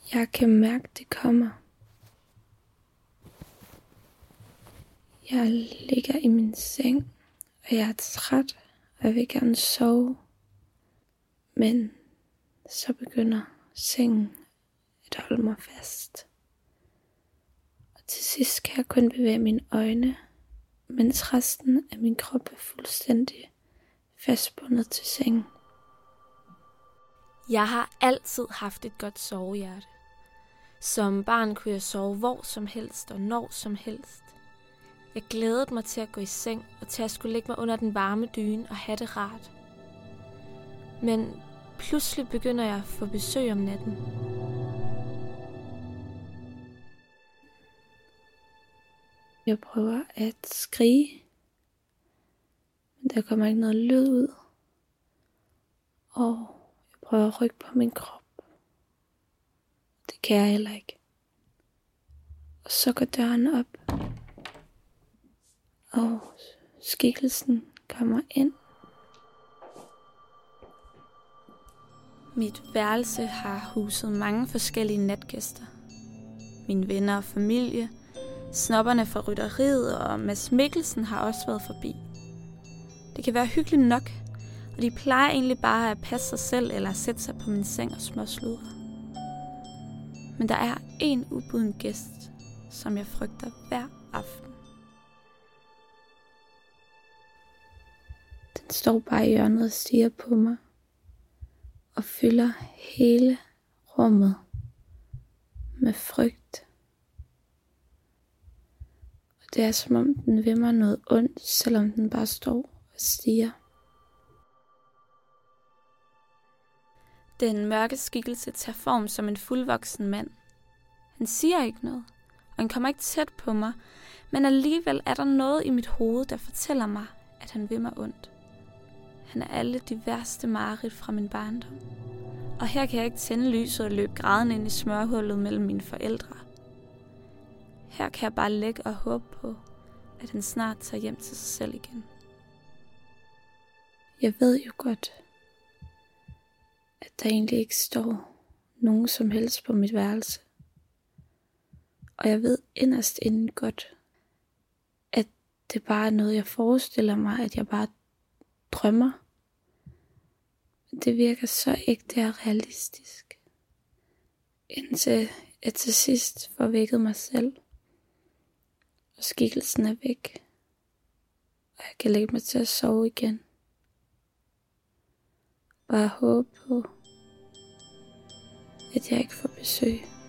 Jeg kan mærke, det kommer. Jeg ligger i min seng, og jeg er træt, og jeg vil gerne sove. Men så begynder sengen at holde mig fast. Og til sidst kan jeg kun bevæge mine øjne, mens resten af min krop er fuldstændig fastbundet til sengen. Jeg har altid haft et godt sovehjerte. Som barn kunne jeg sove hvor som helst og når som helst. Jeg glædede mig til at gå i seng og til at skulle lægge mig under den varme dyne og have det rart. Men pludselig begynder jeg at få besøg om natten. Jeg prøver at skrige, men der kommer ikke noget lyd ud. Og jeg prøver at rykke på min krop. Det kan jeg heller ikke. Og så går døren op, og skikkelsen kommer ind. Mit værelse har huset mange forskellige natgæster. Mine venner og familie, snobberne fra rytteriet og Mads Mikkelsen har også været forbi. Det kan være hyggeligt nok, og de plejer egentlig bare at passe sig selv eller sætte sig på min seng og småsludre. Men der er en ubuden gæst, som jeg frygter hver aften. Den står bare i hjørnet og stiger på mig, og fylder hele rummet med frygt. Og det er som om den vil mig noget ondt, selvom den bare står og stiger. Den mørke skikkelse tager form som en fuldvoksen mand. Han siger ikke noget, og han kommer ikke tæt på mig, men alligevel er der noget i mit hoved, der fortæller mig, at han vil mig ondt. Han er alle de værste mareridt fra min barndom. Og her kan jeg ikke tænde lyset og løbe grædende ind i smørhullet mellem mine forældre. Her kan jeg bare ligge og håbe på, at han snart tager hjem til sig selv igen. Jeg ved jo godt, at der egentlig ikke står nogen som helst på mit værelse. Og jeg ved inderst inden godt, at det bare er noget, jeg forestiller mig, at jeg bare drømmer. Det virker så ægte og realistisk. Indtil jeg til sidst får vækket mig selv, og skikkelsen er væk, og jeg kan lægge mig til at sove igen. Bare håbe på, at jeg ikke får besøg.